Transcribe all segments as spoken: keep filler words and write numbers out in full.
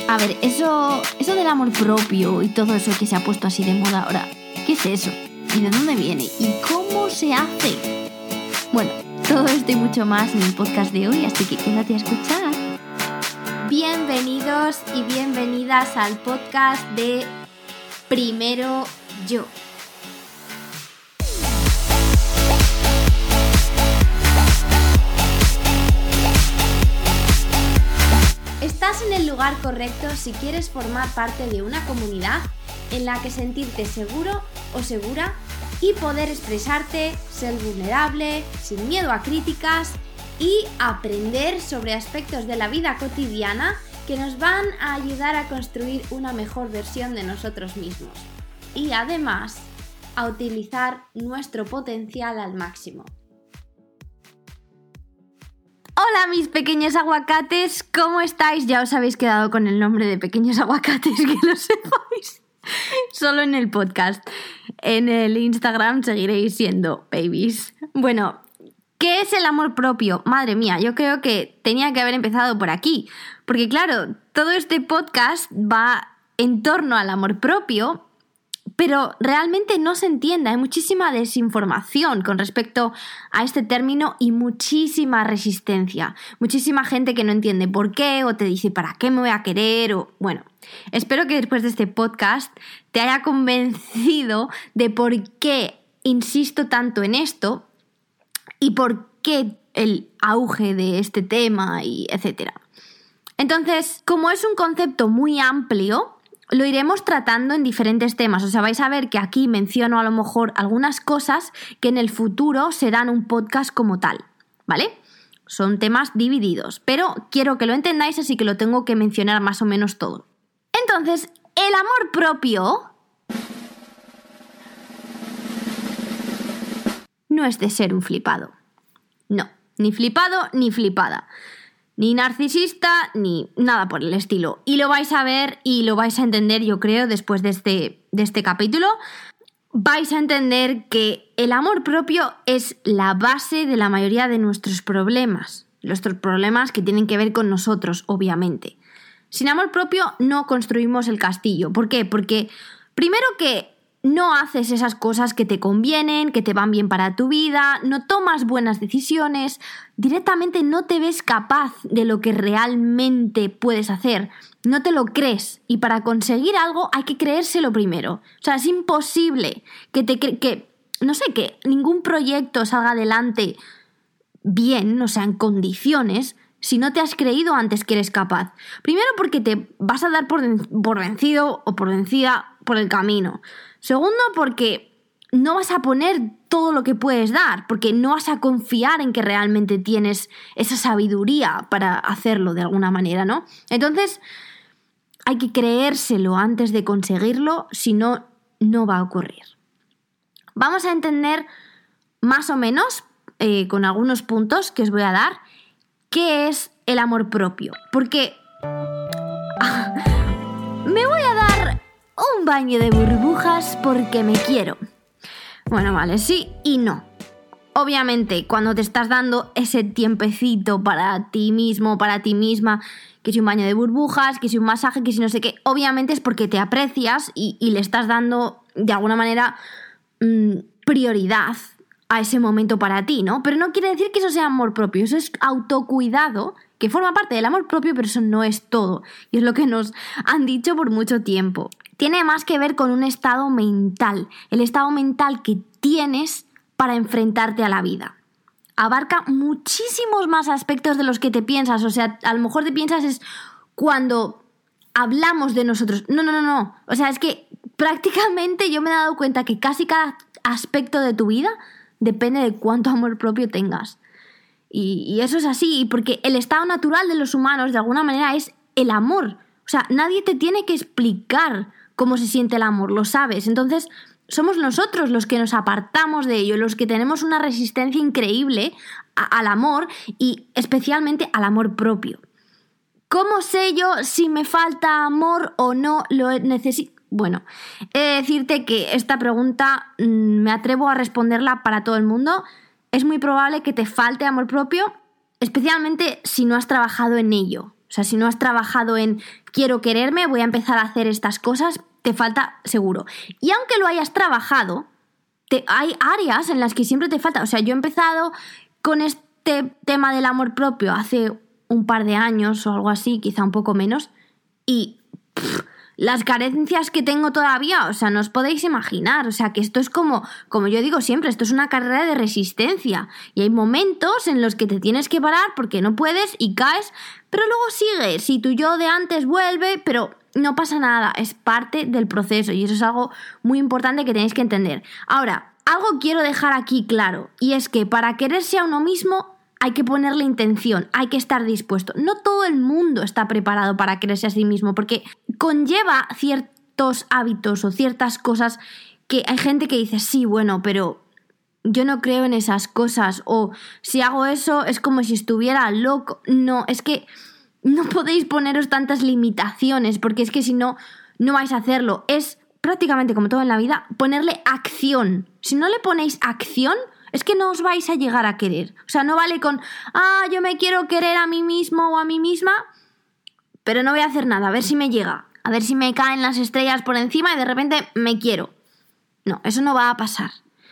A ver, eso, eso del amor propio y todo eso que se ha puesto así de moda ahora, ¿qué es eso? ¿Y de dónde viene? ¿Y cómo se hace? Bueno, todo esto y mucho más en el podcast de hoy, así que quédate a escuchar. Bienvenidos y bienvenidas al podcast de Primero Yo. Estás en el lugar correcto si quieres formar parte de una comunidad en la que sentirte seguro o segura y poder expresarte, ser vulnerable, sin miedo a críticas y aprender sobre aspectos de la vida cotidiana que nos van a ayudar a construir una mejor versión de nosotros mismos y además a utilizar nuestro potencial al máximo. Hola mis pequeños aguacates, ¿cómo estáis? Ya os habéis quedado con el nombre de pequeños aguacates, que lo sepáis. Solo en el podcast. En el Instagram seguiréis siendo babies. Bueno, ¿qué es el amor propio? Madre mía, yo creo que tenía que haber empezado por aquí. Porque claro, todo este podcast va en torno al amor propio, pero realmente no se entiende. Hay muchísima desinformación con respecto a este término y muchísima resistencia. Muchísima gente que no entiende por qué o te dice ¿para qué me voy a querer? O bueno, espero que después de este podcast te haya convencido de por qué insisto tanto en esto y por qué el auge de este tema y etcétera. Entonces, como es un concepto muy amplio, lo iremos tratando en diferentes temas. O sea, vais a ver que aquí menciono a lo mejor algunas cosas que en el futuro serán un podcast como tal, ¿vale? Son temas divididos, pero quiero que lo entendáis, así que lo tengo que mencionar más o menos todo. Entonces, el amor propio no es de ser un flipado. No, ni flipado ni flipada. Ni narcisista, ni nada por el estilo. Y lo vais a ver y lo vais a entender, yo creo, después de este, de este capítulo. Vais a entender que el amor propio es la base de la mayoría de nuestros problemas. Nuestros problemas que tienen que ver con nosotros, obviamente. Sin amor propio no construimos el castillo. ¿Por qué? Porque primero que no haces esas cosas que te convienen, que te van bien para tu vida, no tomas buenas decisiones, directamente no te ves capaz de lo que realmente puedes hacer, no te lo crees y para conseguir algo hay que creérselo primero. O sea, es imposible que te cre- que no sé, que ningún proyecto salga adelante bien, o sea, en condiciones, si no te has creído antes que eres capaz. Primero porque te vas a dar por, por vencido o por vencida por el camino. Segundo, porque no vas a poner todo lo que puedes dar, porque no vas a confiar en que realmente tienes esa sabiduría para hacerlo de alguna manera, ¿no? Entonces, hay que creérselo antes de conseguirlo, si no, no va a ocurrir. Vamos a entender más o menos, eh, con algunos puntos que os voy a dar, qué es el amor propio. Porque me voy a dar un baño de burbujas porque me quiero. Bueno, vale, sí y no. Obviamente, cuando te estás dando ese tiempecito para ti mismo, para ti misma, que si un baño de burbujas, que si un masaje, que si no sé qué, obviamente es porque te aprecias y, y le estás dando, de alguna manera, mmm, prioridad a ese momento para ti, ¿no? Pero no quiere decir que eso sea amor propio, eso es autocuidado, que forma parte del amor propio, pero eso no es todo. Y es lo que nos han dicho por mucho tiempo. Tiene más que ver con un estado mental, el estado mental que tienes para enfrentarte a la vida. Abarca muchísimos más aspectos de los que te piensas, o sea, a lo mejor te piensas es cuando hablamos de nosotros. No, no, no, no. O sea, es que prácticamente yo me he dado cuenta que casi cada aspecto de tu vida depende de cuánto amor propio tengas. Y, y eso es así, porque el estado natural de los humanos, de alguna manera, es el amor. O sea, nadie te tiene que explicar cómo se siente el amor, lo sabes. Entonces, somos nosotros los que nos apartamos de ello, los que tenemos una resistencia increíble a, al amor y especialmente al amor propio. ¿Cómo sé yo si me falta amor o no lo necesito? Bueno, he de decirte que esta pregunta mmm, me atrevo a responderla para todo el mundo. Es muy probable que te falte amor propio, especialmente si no has trabajado en ello. O sea, si no has trabajado en quiero quererme, voy a empezar a hacer estas cosas, te falta seguro. Y aunque lo hayas trabajado, te, hay áreas en las que siempre te falta. O sea, yo he empezado con este tema del amor propio hace un par de años o algo así, quizá un poco menos, y pff, las carencias que tengo todavía, o sea, no os podéis imaginar. O sea, que esto es como, como yo digo siempre, esto es una carrera de resistencia. Y hay momentos en los que te tienes que parar porque no puedes y caes, pero luego sigues. Y tu yo de antes vuelve, pero no pasa nada, es parte del proceso. Y eso es algo muy importante que tenéis que entender. Ahora, algo quiero dejar aquí claro, y es que para quererse a uno mismo hay que ponerle intención, hay que estar dispuesto. No todo el mundo está preparado para quererse a sí mismo, porque conlleva ciertos hábitos o ciertas cosas que hay gente que dice, sí, bueno, pero yo no creo en esas cosas, o si hago eso es como si estuviera loco. No, es que no podéis poneros tantas limitaciones, porque es que si no, no vais a hacerlo. Es prácticamente como todo en la vida, ponerle acción. Si no le ponéis acción, es que no os vais a llegar a querer. O sea, no vale con, ah, yo me quiero querer a mí mismo o a mí misma, pero no voy a hacer nada, a ver si me llega, a ver si me caen las estrellas por encima y de repente me quiero. No, eso no va a pasar.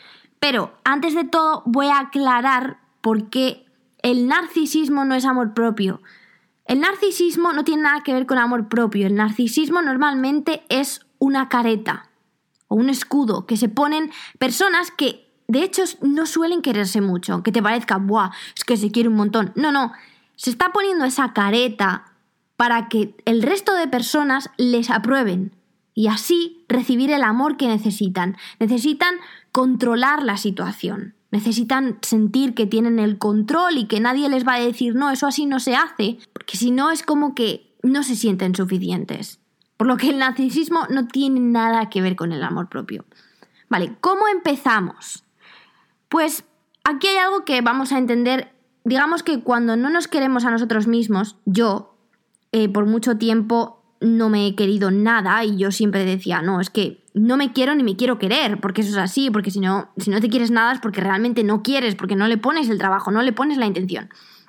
Pero antes de todo voy a aclarar por qué el narcisismo no es amor propio. El narcisismo no tiene nada que ver con amor propio. El narcisismo normalmente es una careta o un escudo que se ponen personas que de hecho no suelen quererse mucho, aunque te parezca, ¡buah!, es que se quiere un montón. No, no, se está poniendo esa careta para que el resto de personas les aprueben y así recibir el amor que necesitan. Necesitan controlar la situación, necesitan sentir que tienen el control y que nadie les va a decir, no, eso así no se hace, porque si no es como que no se sienten suficientes. Por lo que el narcisismo no tiene nada que ver con el amor propio. Vale, ¿cómo empezamos? Pues aquí hay algo que vamos a entender. Digamos que cuando no nos queremos a nosotros mismos, yo eh, por mucho tiempo no me he querido nada y yo siempre decía, no, es que no me quiero ni me quiero querer, porque eso es así, porque si no, si no te quieres nada es porque realmente no quieres, porque no le pones el trabajo, no le pones la intención.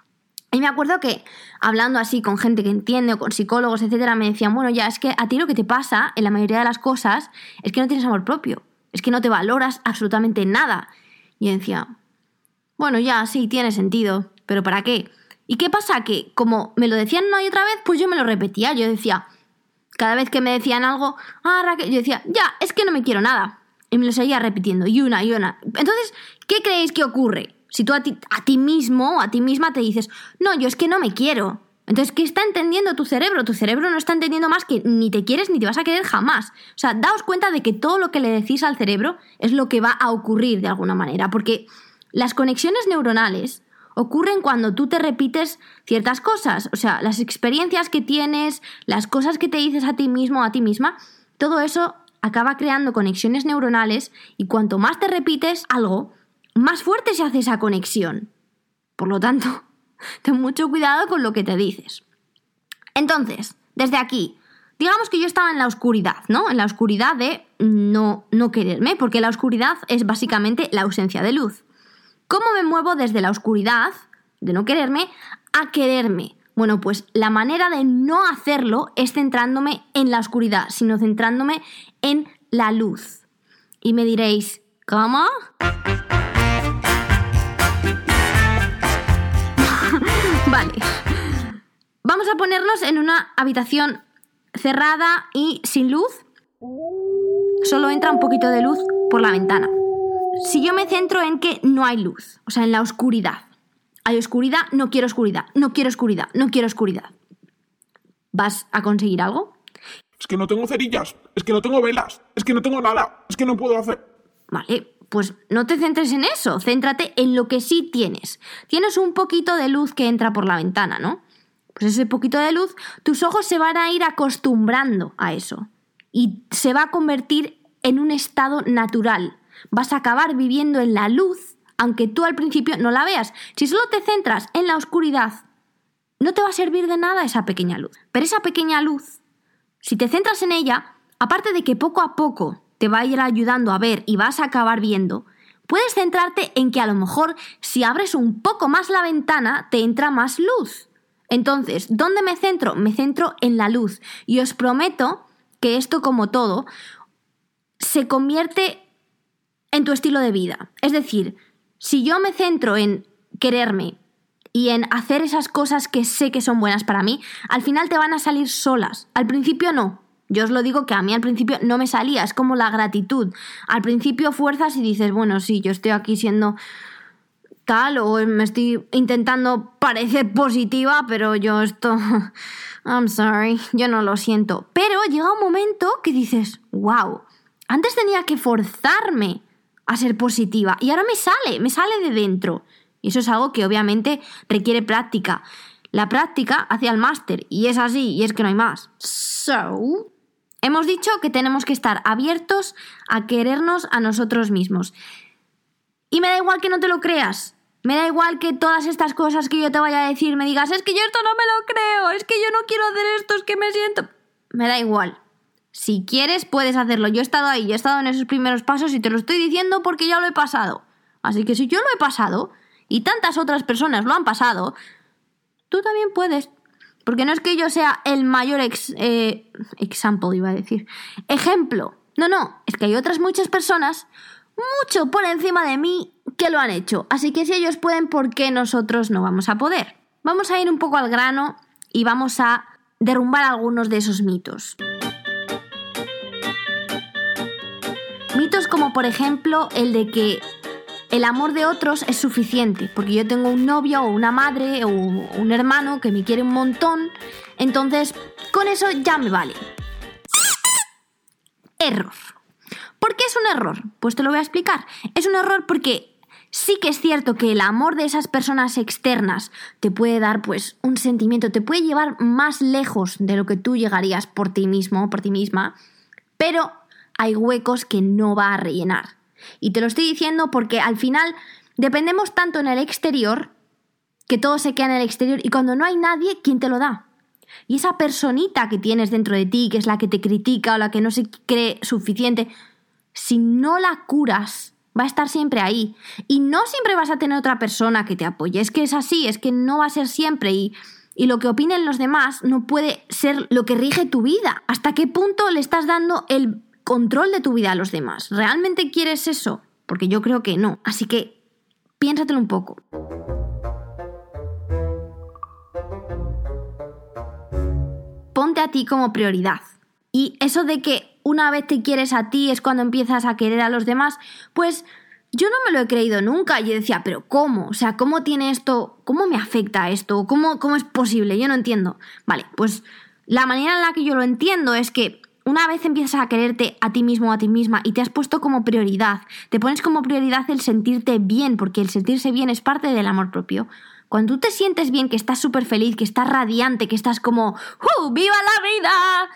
Y me acuerdo que hablando así con gente que entiende o con psicólogos, etcétera, me decían, bueno, ya, es que a ti lo que te pasa en la mayoría de las cosas es que no tienes amor propio, es que no te valoras absolutamente nada. Y yo decía, bueno, ya, sí, tiene sentido, pero ¿para qué? ¿Y qué pasa? Que como me lo decían una y otra vez, pues yo me lo repetía. Yo decía, cada vez que me decían algo, ah, Raquel, yo decía, ya, es que no me quiero nada. Y me lo seguía repitiendo, y una, y una. Entonces, ¿qué creéis que ocurre? Si tú a ti, a ti mismo o a ti misma te dices, no, yo es que no me quiero. Entonces, ¿qué está entendiendo tu cerebro? Tu cerebro no está entendiendo más que ni te quieres ni te vas a querer jamás. O sea, daos cuenta de que todo lo que le decís al cerebro es lo que va a ocurrir de alguna manera, porque las conexiones neuronales ocurren cuando tú te repites ciertas cosas. O sea, las experiencias que tienes, las cosas que te dices a ti mismo o a ti misma, todo eso acaba creando conexiones neuronales y cuanto más te repites algo, más fuerte se hace esa conexión. Por lo tanto, ten mucho cuidado con lo que te dices. Entonces, desde aquí, digamos que yo estaba en la oscuridad, ¿no? En la oscuridad de no, no quererme, porque la oscuridad es básicamente la ausencia de luz. ¿Cómo me muevo desde la oscuridad, de no quererme, a quererme? Bueno, pues la manera de no hacerlo es centrándome en la oscuridad, sino centrándome en la luz. Y me diréis, ¿cómo? Vale. Vamos a ponernos en una habitación cerrada y sin luz. Solo entra un poquito de luz por la ventana. Si yo me centro en que no hay luz, o sea, en la oscuridad. Hay oscuridad, no quiero oscuridad, no quiero oscuridad, no quiero oscuridad. ¿Vas a conseguir algo? Es que no tengo cerillas, es que no tengo velas, es que no tengo nada, es que no puedo hacer... Vale, pues no te centres en eso, céntrate en lo que sí tienes. Tienes un poquito de luz que entra por la ventana, ¿no? Pues ese poquito de luz, tus ojos se van a ir acostumbrando a eso y se va a convertir en un estado natural. Vas a acabar viviendo en la luz, aunque tú al principio no la veas. Si solo te centras en la oscuridad, no te va a servir de nada esa pequeña luz. Pero esa pequeña luz, si te centras en ella, aparte de que poco a poco te va a ir ayudando a ver y vas a acabar viendo, puedes centrarte en que a lo mejor si abres un poco más la ventana te entra más luz. Entonces, ¿dónde me centro? Me centro en la luz. Y os prometo que esto, como todo, se convierte en tu estilo de vida. Es decir, si yo me centro en quererme y en hacer esas cosas que sé que son buenas para mí, al final te van a salir solas. Al principio no. Yo os lo digo que a mí al principio no me salía, es como la gratitud. Al principio fuerzas y dices, bueno, sí, yo estoy aquí siendo tal o me estoy intentando parecer positiva, pero yo esto... I'm sorry, yo no lo siento. Pero llega un momento que dices, wow, antes tenía que forzarme a ser positiva y ahora me sale, me sale de dentro. Y eso es algo que obviamente requiere práctica. La práctica hacia el máster y es así y es que no hay más. So, hemos dicho que tenemos que estar abiertos a querernos a nosotros mismos. Y me da igual que no te lo creas. Me da igual que todas estas cosas que yo te vaya a decir me digas, es que yo esto no me lo creo, es que yo no quiero hacer esto, es que me siento... Me da igual. Si quieres, puedes hacerlo. Yo he estado ahí, yo he estado en esos primeros pasos y te lo estoy diciendo porque ya lo he pasado. Así que si yo lo he pasado y tantas otras personas lo han pasado, tú también puedes. Porque no es que yo sea el mayor ex, eh, example, iba a decir, ejemplo. No, no, es que hay otras muchas personas mucho por encima de mí que lo han hecho. Así que si ellos pueden, ¿por qué nosotros no vamos a poder? Vamos a ir un poco al grano y vamos a derrumbar algunos de esos mitos. Mitos como, por ejemplo, el de que el amor de otros es suficiente, porque yo tengo un novio o una madre o un hermano que me quiere un montón, entonces con eso ya me vale. Error. ¿Por qué es un error? Pues te lo voy a explicar. Es un error porque sí que es cierto que el amor de esas personas externas te puede dar pues un sentimiento, te puede llevar más lejos de lo que tú llegarías por ti mismo o por ti misma, pero hay huecos que no va a rellenar. Y te lo estoy diciendo porque al final dependemos tanto en el exterior que todo se queda en el exterior y cuando no hay nadie, ¿quién te lo da? Y esa personita que tienes dentro de ti, que es la que te critica o la que no se cree suficiente, si no la curas, va a estar siempre ahí. Y no siempre vas a tener otra persona que te apoye. Es que es así, es que no va a ser siempre y... Y lo que opinen los demás no puede ser lo que rige tu vida. ¿Hasta qué punto le estás dando el control de tu vida a los demás? ¿Realmente quieres eso? Porque yo creo que no. Así que piénsatelo un poco. Ponte a ti como prioridad. Y eso de que una vez te quieres a ti es cuando empiezas a querer a los demás, pues yo no me lo he creído nunca. Yo decía, ¿pero cómo? O sea, ¿cómo tiene esto? ¿Cómo me afecta esto? ¿Cómo, cómo es posible? Yo no entiendo. Vale, pues la manera en la que yo lo entiendo es que una vez empiezas a quererte a ti mismo o a ti misma y te has puesto como prioridad, te pones como prioridad el sentirte bien, porque el sentirse bien es parte del amor propio. Cuando tú te sientes bien, que estás súper feliz, que estás radiante, que estás como ¡uh, viva la vida!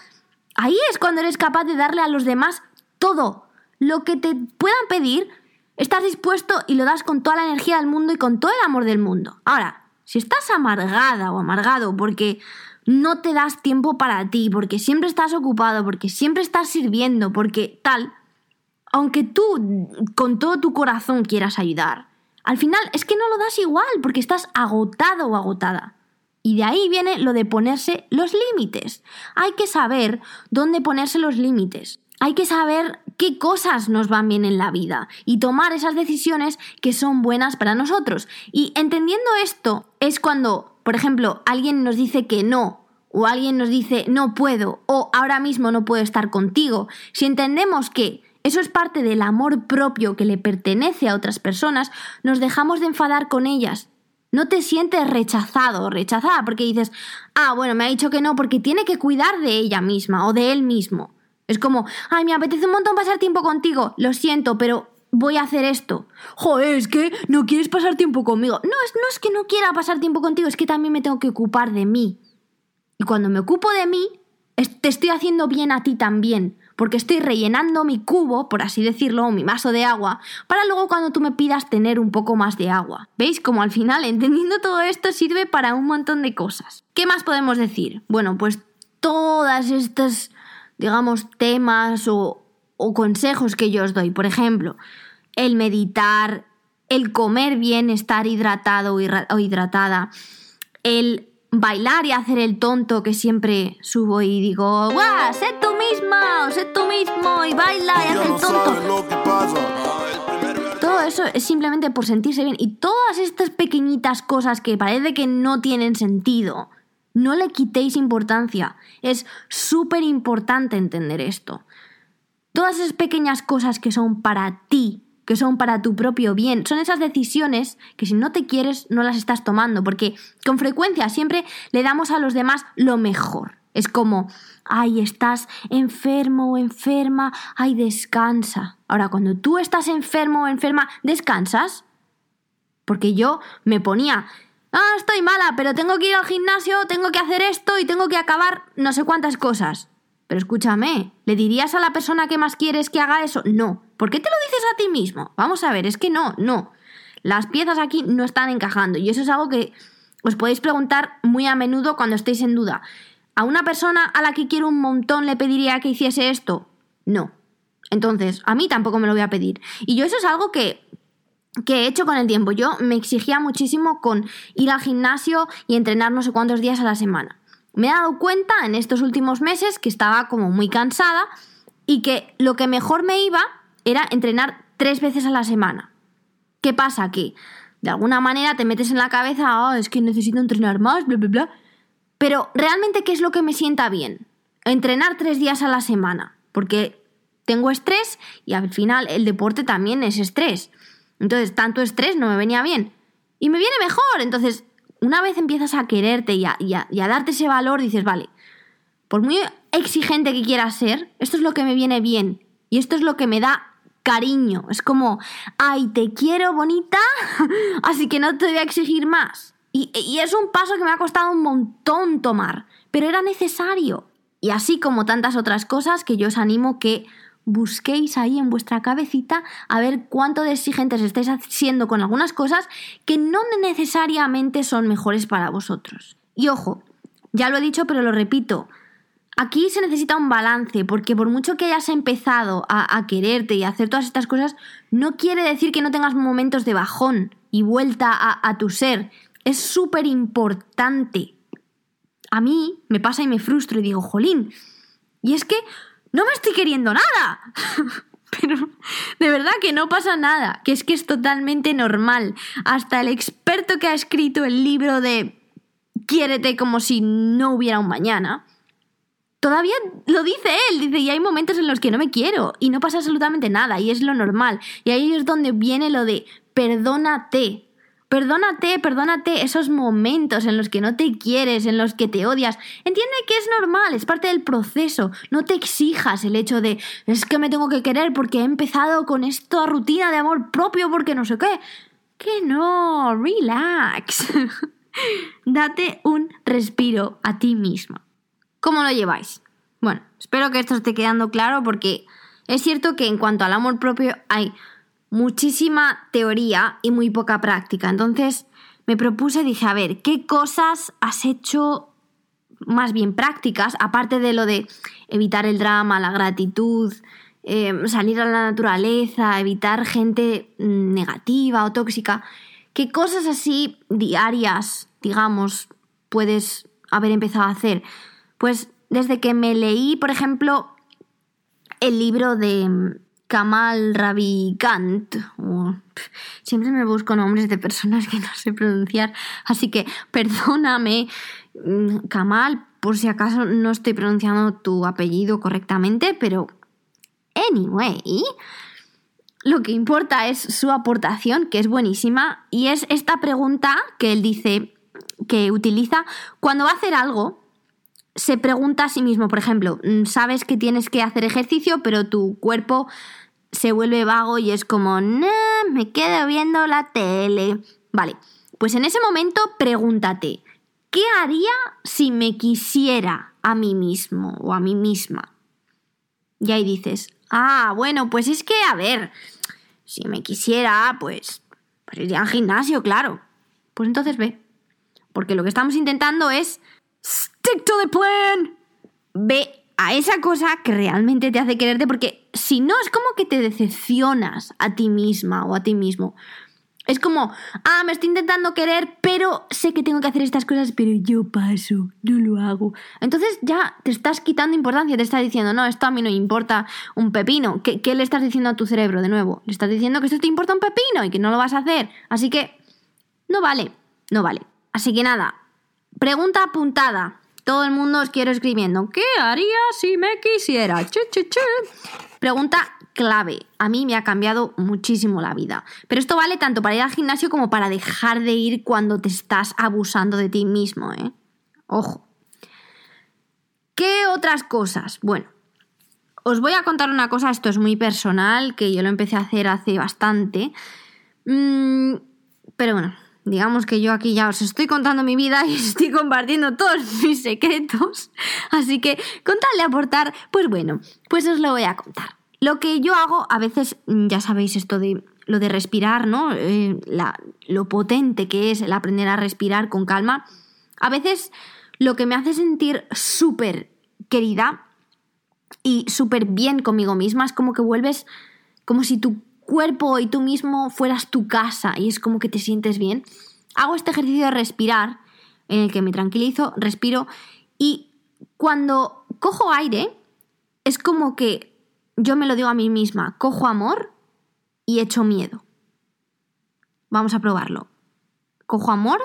Ahí es cuando eres capaz de darle a los demás todo. Lo que te puedan pedir, estás dispuesto y lo das con toda la energía del mundo y con todo el amor del mundo. Ahora, si estás amargada o amargado porque no te das tiempo para ti, porque siempre estás ocupado, porque siempre estás sirviendo, porque tal, aunque tú con todo tu corazón quieras ayudar, al final es que no lo das igual porque estás agotado o agotada. Y de ahí viene lo de ponerse los límites. Hay que saber dónde ponerse los límites. Hay que saber qué cosas nos van bien en la vida y tomar esas decisiones que son buenas para nosotros. Y entendiendo esto es cuando, por ejemplo, alguien nos dice que no, o alguien nos dice no puedo, o ahora mismo no puedo estar contigo. Si entendemos que eso es parte del amor propio que le pertenece a otras personas, nos dejamos de enfadar con ellas. No te sientes rechazado o rechazada porque dices, ah, bueno, me ha dicho que no porque tiene que cuidar de ella misma o de él mismo. Es como, ay, me apetece un montón pasar tiempo contigo, lo siento, pero voy a hacer esto. Joder, es que no quieres pasar tiempo conmigo. No, es, no es que no quiera pasar tiempo contigo, es que también me tengo que ocupar de mí. Y cuando me ocupo de mí, te estoy haciendo bien a ti también, porque estoy rellenando mi cubo, por así decirlo, o mi vaso de agua, para luego cuando tú me pidas tener un poco más de agua. ¿Veis? Como al final, entendiendo todo esto, sirve para un montón de cosas. ¿Qué más podemos decir? Bueno, pues todas estas, digamos, temas o, o consejos que yo os doy. Por ejemplo, el meditar, el comer bien, estar hidratado o hidratada, el bailar y hacer el tonto que siempre subo y digo, ¡guau! ¡Sé tú misma! ¡O sé tú mismo! Y baila y haz el tonto. Todo eso es simplemente por sentirse bien. Y todas estas pequeñitas cosas que parece que no tienen sentido, no le quitéis importancia. Es súper importante entender esto. Todas esas pequeñas cosas que son para ti, que son para tu propio bien, son esas decisiones que si no te quieres no las estás tomando, porque con frecuencia siempre le damos a los demás lo mejor. Es como, ay, estás enfermo o enferma, ay, descansa. Ahora, cuando tú estás enfermo o enferma, ¿descansas? Porque yo me ponía, ah, estoy mala, pero tengo que ir al gimnasio, tengo que hacer esto y tengo que acabar no sé cuántas cosas. Pero escúchame, ¿le dirías a la persona que más quieres que haga eso? No. ¿Por qué te lo dices a ti mismo? Vamos a ver, es que no, no. Las piezas aquí no están encajando y eso es algo que os podéis preguntar muy a menudo cuando estéis en duda. ¿A una persona a la que quiero un montón le pediría que hiciese esto? No. Entonces, a mí tampoco me lo voy a pedir. Y yo eso es algo que, que he hecho con el tiempo. Yo me exigía muchísimo con ir al gimnasio y entrenar no sé cuántos días a la semana. Me he dado cuenta en estos últimos meses que estaba como muy cansada y que lo que mejor me iba era entrenar tres veces a la semana. ¿Qué pasa? Que de alguna manera te metes en la cabeza, oh, es que necesito entrenar más, bla, bla, bla. Pero realmente, ¿qué es lo que me sienta bien? Entrenar tres días a la semana, porque tengo estrés y al final el deporte también es estrés. Entonces, tanto estrés no me venía bien. Y me viene mejor. Entonces, una vez empiezas a quererte y a, y a, y a darte ese valor, dices, vale, por muy exigente que quieras ser, esto es lo que me viene bien. Y esto es lo que me da cariño. Es como, ay, te quiero, bonita, así que no te voy a exigir más. Y, y es un paso que me ha costado un montón tomar, pero era necesario. Y así como tantas otras cosas que yo os animo que busquéis ahí en vuestra cabecita a ver cuánto de exigentes estáis siendo con algunas cosas que no necesariamente son mejores para vosotros. Y ojo, ya lo he dicho pero lo repito, aquí se necesita un balance, porque por mucho que hayas empezado a, a quererte y a hacer todas estas cosas, no quiere decir que no tengas momentos de bajón y vuelta a, a tu ser. Es súper importante. A mí me pasa y me frustro y digo, jolín, y es que no me estoy queriendo nada. Pero de verdad que no pasa nada, que es que es totalmente normal. Hasta el experto que ha escrito el libro de Quiérete como si no hubiera un mañana, todavía lo dice él, dice, y hay momentos en los que no me quiero y no pasa absolutamente nada y es lo normal. Y ahí es donde viene lo de perdónate. Perdónate, perdónate esos momentos en los que no te quieres, en los que te odias. Entiende que es normal, es parte del proceso. No te exijas el hecho de, es que me tengo que querer porque he empezado con esta rutina de amor propio porque no sé qué. Que no, relax. Date un respiro a ti misma. ¿Cómo lo lleváis? Bueno, espero que esto esté quedando claro porque es cierto que en cuanto al amor propio hay muchísima teoría y muy poca práctica. Entonces me propuse, dije, a ver, ¿qué cosas has hecho más bien prácticas? Aparte de lo de evitar el drama, la gratitud, eh, salir a la naturaleza, evitar gente negativa o tóxica. ¿Qué cosas así diarias, digamos, puedes haber empezado a hacer? Pues desde que me leí, por ejemplo, el libro de Kamal Ravikant. Oh, siempre me busco nombres de personas que no sé pronunciar, así que perdóname, Kamal, por si acaso no estoy pronunciando tu apellido correctamente, pero anyway, lo que importa es su aportación, que es buenísima, y es esta pregunta que él dice que utiliza cuando va a hacer algo. Se pregunta a sí mismo, por ejemplo, sabes que tienes que hacer ejercicio, pero tu cuerpo se vuelve vago y es como, nah, me quedo viendo la tele. Vale, pues en ese momento pregúntate, ¿qué haría si me quisiera a mí mismo o a mí misma? Y ahí dices, ah, bueno, pues es que, a ver, si me quisiera, pues, pues iría al gimnasio, claro. Pues entonces ve, porque lo que estamos intentando es stick to the plan. Ve a esa cosa que realmente te hace quererte, porque si no es como que te decepcionas a ti misma o a ti mismo. Es como, ah, me estoy intentando querer, pero sé que tengo que hacer estas cosas, pero yo paso, no lo hago. Entonces ya te estás quitando importancia, te estás diciendo, no, esto a mí no me importa un pepino. ¿Qué, qué le estás diciendo a tu cerebro de nuevo? Le estás diciendo que esto te importa un pepino y que no lo vas a hacer. Así que no vale, no vale. Así que nada, pregunta apuntada. Todo el mundo os quiero escribiendo. ¿Qué haría si me quisiera? Che, che, che. Pregunta clave. A mí me ha cambiado muchísimo la vida. Pero esto vale tanto para ir al gimnasio como para dejar de ir cuando te estás abusando de ti mismo, ¿eh? Ojo. ¿Qué otras cosas? Bueno, os voy a contar una cosa, esto es muy personal, que yo lo empecé a hacer hace bastante. Mm, pero bueno, digamos que yo aquí ya os estoy contando mi vida y os estoy compartiendo todos mis secretos. Así que con tal de aportar, pues bueno, pues os lo voy a contar. Lo que yo hago, a veces, ya sabéis esto de lo de respirar, ¿no? Eh, la, lo potente que es el aprender a respirar con calma. A veces lo que me hace sentir súper querida y súper bien conmigo misma es como que vuelves como si tu cuerpo y tú mismo fueras tu casa y es como que te sientes bien. Hago este ejercicio de respirar en el que me tranquilizo, respiro y cuando cojo aire es como que yo me lo digo a mí misma, cojo amor y echo miedo. Vamos a probarlo. Cojo amor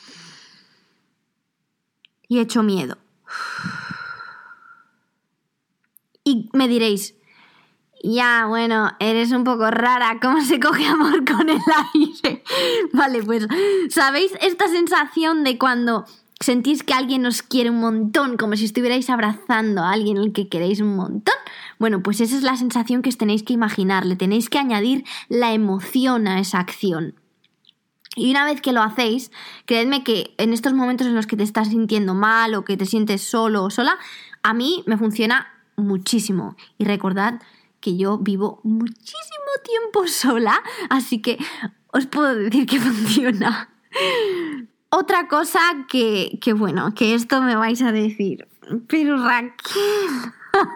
y echo miedo. Y me diréis, ya, bueno, eres un poco rara, ¿cómo se coge amor con el aire? Vale, pues, ¿sabéis esta sensación de cuando sentís que alguien os quiere un montón, como si estuvierais abrazando a alguien al que queréis un montón? Bueno, pues esa es la sensación que os tenéis que imaginar, le tenéis que añadir la emoción a esa acción. Y una vez que lo hacéis, creedme que en estos momentos en los que te estás sintiendo mal o que te sientes solo o sola, a mí me funciona muchísimo. Y recordad que yo vivo muchísimo tiempo sola, así que os puedo decir que funciona. Otra cosa que, que bueno, que esto me vais a decir, pero Raquel...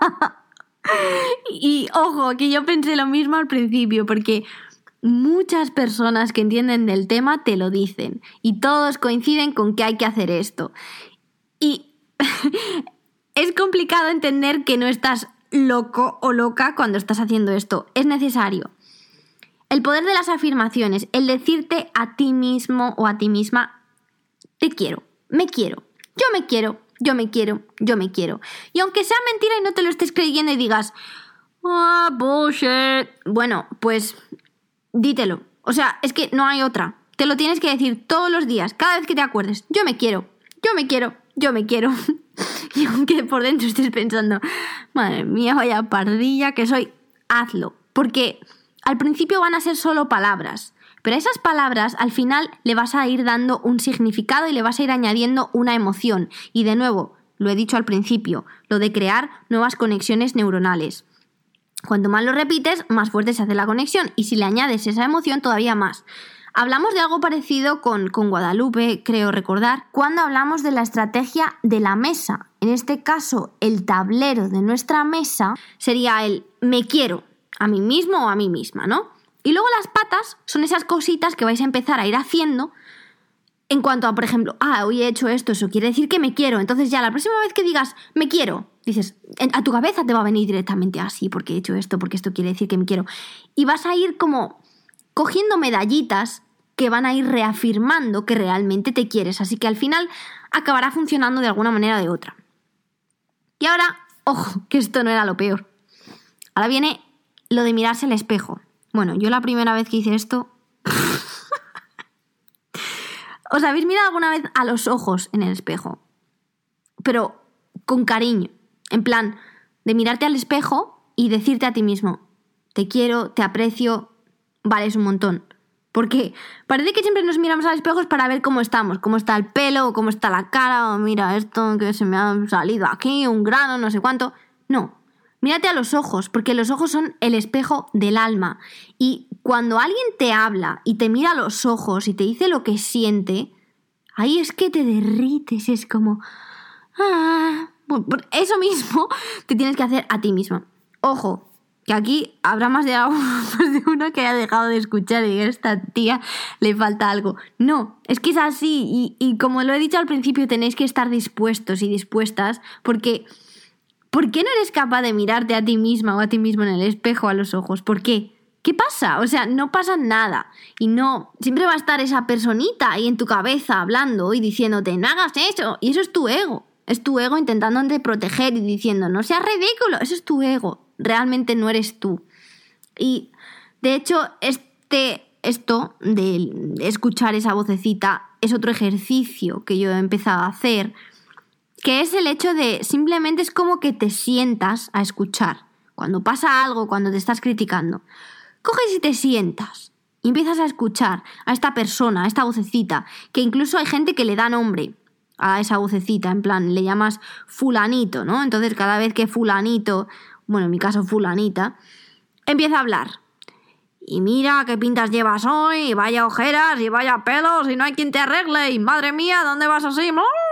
Y ojo, que yo pensé lo mismo al principio, porque muchas personas que entienden del tema te lo dicen y todos coinciden con que hay que hacer esto. Y es complicado entender que no estás loco o loca cuando estás haciendo esto. Es necesario. El poder de las afirmaciones, el decirte a ti mismo o a ti misma, te quiero, me quiero, yo me quiero, yo me quiero, yo me quiero. Y aunque sea mentira y no te lo estés creyendo y digas, ah, bullshit, bueno, pues dítelo. O sea, es que no hay otra. Te lo tienes que decir todos los días, cada vez que te acuerdes. Yo me quiero, yo me quiero, yo me quiero. Y aunque por dentro estés pensando, madre mía, vaya pardilla que soy, hazlo. Porque al principio van a ser solo palabras. Pero a esas palabras al final le vas a ir dando un significado y le vas a ir añadiendo una emoción. Y de nuevo, lo he dicho al principio, lo de crear nuevas conexiones neuronales. Cuanto más lo repites, más fuerte se hace la conexión y si le añades esa emoción todavía más. Hablamos de algo parecido con, con Guadalupe, creo recordar, cuando hablamos de la estrategia de la mesa. En este caso, el tablero de nuestra mesa sería el me quiero a mí mismo o a mí misma, ¿no? Y luego las patas son esas cositas que vais a empezar a ir haciendo en cuanto a, por ejemplo, ah, hoy he hecho esto, eso quiere decir que me quiero. Entonces ya la próxima vez que digas me quiero, dices, a tu cabeza te va a venir directamente así, porque he hecho esto, porque esto quiere decir que me quiero. Y vas a ir como cogiendo medallitas que van a ir reafirmando que realmente te quieres. Así que al final acabará funcionando de alguna manera o de otra. Y ahora, ojo, que esto no era lo peor. Ahora viene lo de mirarse al espejo. Bueno, yo la primera vez que hice esto... ¿Os habéis mirado alguna vez a los ojos en el espejo? Pero con cariño. En plan, de mirarte al espejo y decirte a ti mismo, te quiero, te aprecio, vales un montón. Porque parece que siempre nos miramos al espejo para ver cómo estamos, cómo está el pelo, o cómo está la cara, o mira esto que se me ha salido aquí, un grano, no sé cuánto. No. Mírate a los ojos, porque los ojos son el espejo del alma. Y cuando alguien te habla y te mira a los ojos y te dice lo que siente, ahí es que te derrites, es como... Ah, bueno, eso mismo te tienes que hacer a ti mismo. Ojo, Que aquí habrá más de, más de uno que haya dejado de escuchar y diga, a esta tía le falta algo. No, es que es así. Y, y como lo he dicho al principio, tenéis que estar dispuestos y dispuestas porque... ¿Por qué no eres capaz de mirarte a ti misma o a ti mismo en el espejo a los ojos? ¿Por qué? ¿Qué pasa? O sea, no pasa nada. Y no, siempre va a estar esa personita ahí en tu cabeza hablando y diciéndote, no hagas eso. Y eso es tu ego. Es tu ego intentándote proteger y diciendo, no seas ridículo. Eso es tu ego. Realmente no eres tú. Y, de hecho, este, esto de escuchar esa vocecita es otro ejercicio que yo he empezado a hacer, que es el hecho de simplemente es como que te sientas a escuchar. Cuando pasa algo, cuando te estás criticando, coges y te sientas y empiezas a escuchar a esta persona, a esta vocecita, que incluso hay gente que le da nombre a esa vocecita, en plan, le llamas fulanito, ¿no? Entonces cada vez que fulanito, bueno, en mi caso fulanita, empieza a hablar. Y mira qué pintas llevas hoy, y vaya ojeras, y vaya pelos, y no hay quien te arregle, y madre mía, ¿dónde vas así?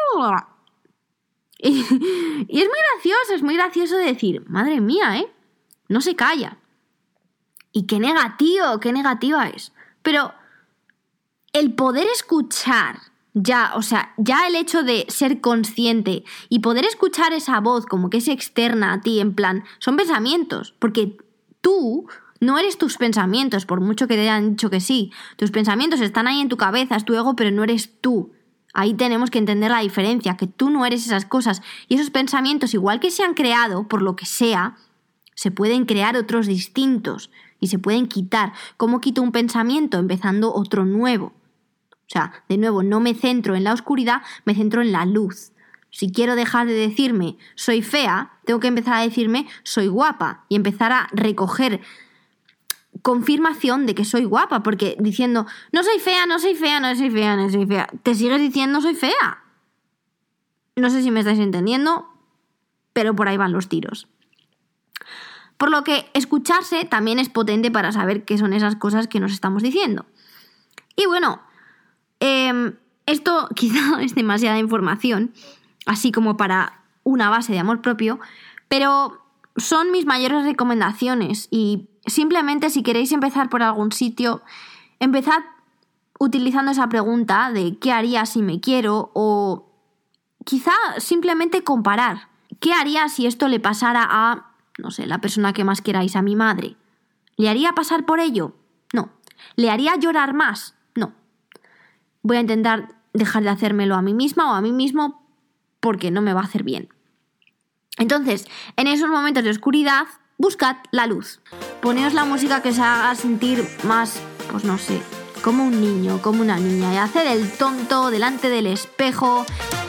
Y, y es muy gracioso, es muy gracioso decir, madre mía, ¿eh? No se calla. Y qué negativo, qué negativa es. Pero el poder escuchar, ya, o sea, ya el hecho de ser consciente y poder escuchar esa voz como que es externa a ti, en plan, son pensamientos, porque tú no eres tus pensamientos, por mucho que te hayan dicho que sí. Tus pensamientos están ahí en tu cabeza, es tu ego, pero no eres tú. Ahí tenemos que entender la diferencia, que tú no eres esas cosas. Y esos pensamientos, igual que se han creado, por lo que sea, se pueden crear otros distintos y se pueden quitar. ¿Cómo quito un pensamiento? Empezando otro nuevo. O sea, de nuevo, no me centro en la oscuridad, me centro en la luz. Si quiero dejar de decirme soy fea, tengo que empezar a decirme soy guapa y empezar a recoger confirmación de que soy guapa, porque diciendo no soy fea, no soy fea, no soy fea, no soy fea, te sigues diciendo soy fea. No sé si me estáis entendiendo, pero por ahí van los tiros. Por lo que escucharse también es potente para saber qué son esas cosas que nos estamos diciendo. Y bueno, eh, esto quizá es demasiada información, así como para una base de amor propio, pero son mis mayores recomendaciones y simplemente si queréis empezar por algún sitio, empezad utilizando esa pregunta de ¿qué haría si me quiero? O quizá simplemente comparar. ¿Qué haría si esto le pasara a, no sé, la persona que más queráis, a mi madre? ¿Le haría pasar por ello? No. ¿Le haría llorar más? No. Voy a intentar dejar de hacérmelo a mí misma o a mí mismo porque no me va a hacer bien. Entonces, en esos momentos de oscuridad, buscad la luz. Poneos la música que os haga sentir más, pues no sé, como un niño, como una niña. Y haced el tonto delante del espejo.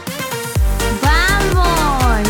¡Vamos!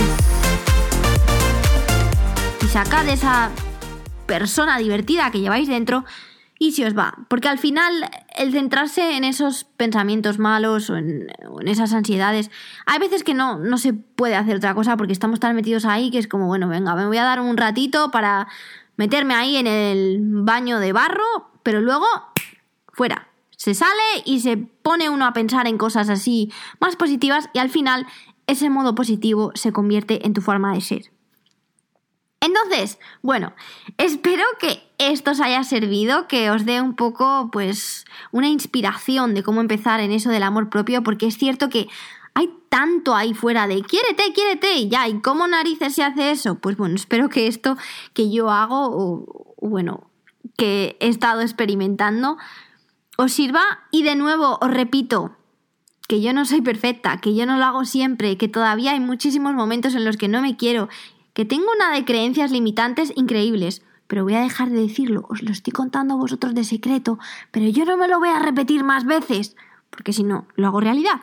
Y sacad esa persona divertida que lleváis dentro y si os va. Porque al final, el centrarse en esos pensamientos malos o en, o en esas ansiedades, hay veces que no, no se puede hacer otra cosa porque estamos tan metidos ahí que es como, bueno, venga, me voy a dar un ratito para meterme ahí en el baño de barro, pero luego, fuera. Se sale y se pone uno a pensar en cosas así más positivas y al final ese modo positivo se convierte en tu forma de ser. Entonces, bueno, espero que esto os haya servido, que os dé un poco, pues, una inspiración de cómo empezar en eso del amor propio, porque es cierto que hay tanto ahí fuera de quiérete, quiérete, y ya, ¿y cómo narices se hace eso? Pues bueno, espero que esto que yo hago, o, o bueno, que he estado experimentando, os sirva. Y de nuevo, os repito, que yo no soy perfecta, que yo no lo hago siempre, que todavía hay muchísimos momentos en los que no me quiero, que tengo una de creencias limitantes increíbles, pero voy a dejar de decirlo, os lo estoy contando a vosotros de secreto, pero yo no me lo voy a repetir más veces, porque si no, lo hago realidad.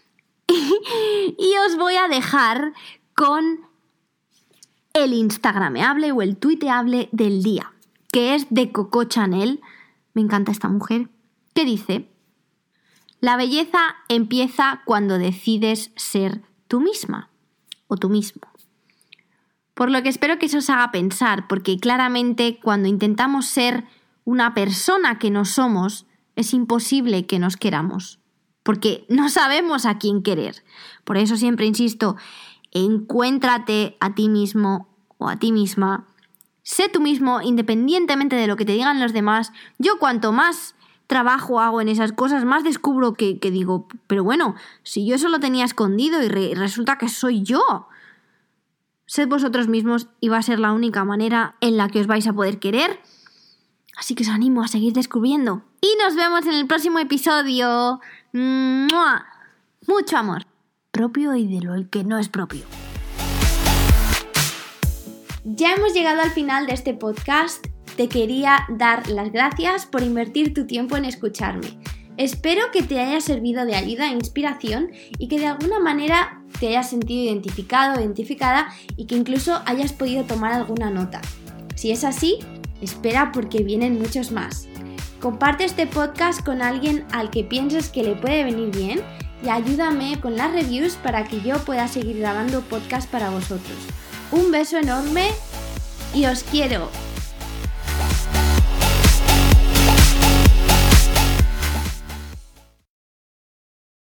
Y os voy a dejar con el instagrameable o el tuiteable del día, que es de Coco Chanel, me encanta esta mujer, que dice: la belleza empieza cuando decides ser tú misma o tú mismo. Por lo que espero que eso os haga pensar, porque claramente cuando intentamos ser una persona que no somos, es imposible que nos queramos, porque no sabemos a quién querer. Por eso siempre insisto, encuéntrate a ti mismo o a ti misma Sé tú mismo, independientemente de lo que te digan los demás. Yo cuanto más trabajo hago en esas cosas, más descubro que, que digo, pero bueno, si yo eso lo tenía escondido y re- resulta que soy yo. Sed vosotros mismos y va a ser la única manera en la que os vais a poder querer. Así que os animo a seguir descubriendo. Y nos vemos en el próximo episodio. ¡Mua! Mucho amor. Propio y de lo que no es propio. Ya hemos llegado al final de este podcast. Te quería dar las gracias por invertir tu tiempo en escucharme. Espero que te haya servido de ayuda e inspiración y que de alguna manera te hayas sentido identificado o identificada y que incluso hayas podido tomar alguna nota. Si es así, espera porque vienen muchos más. Comparte este podcast con alguien al que pienses que le puede venir bien y ayúdame con las reviews para que yo pueda seguir grabando podcast para vosotros. Un beso enorme y os quiero.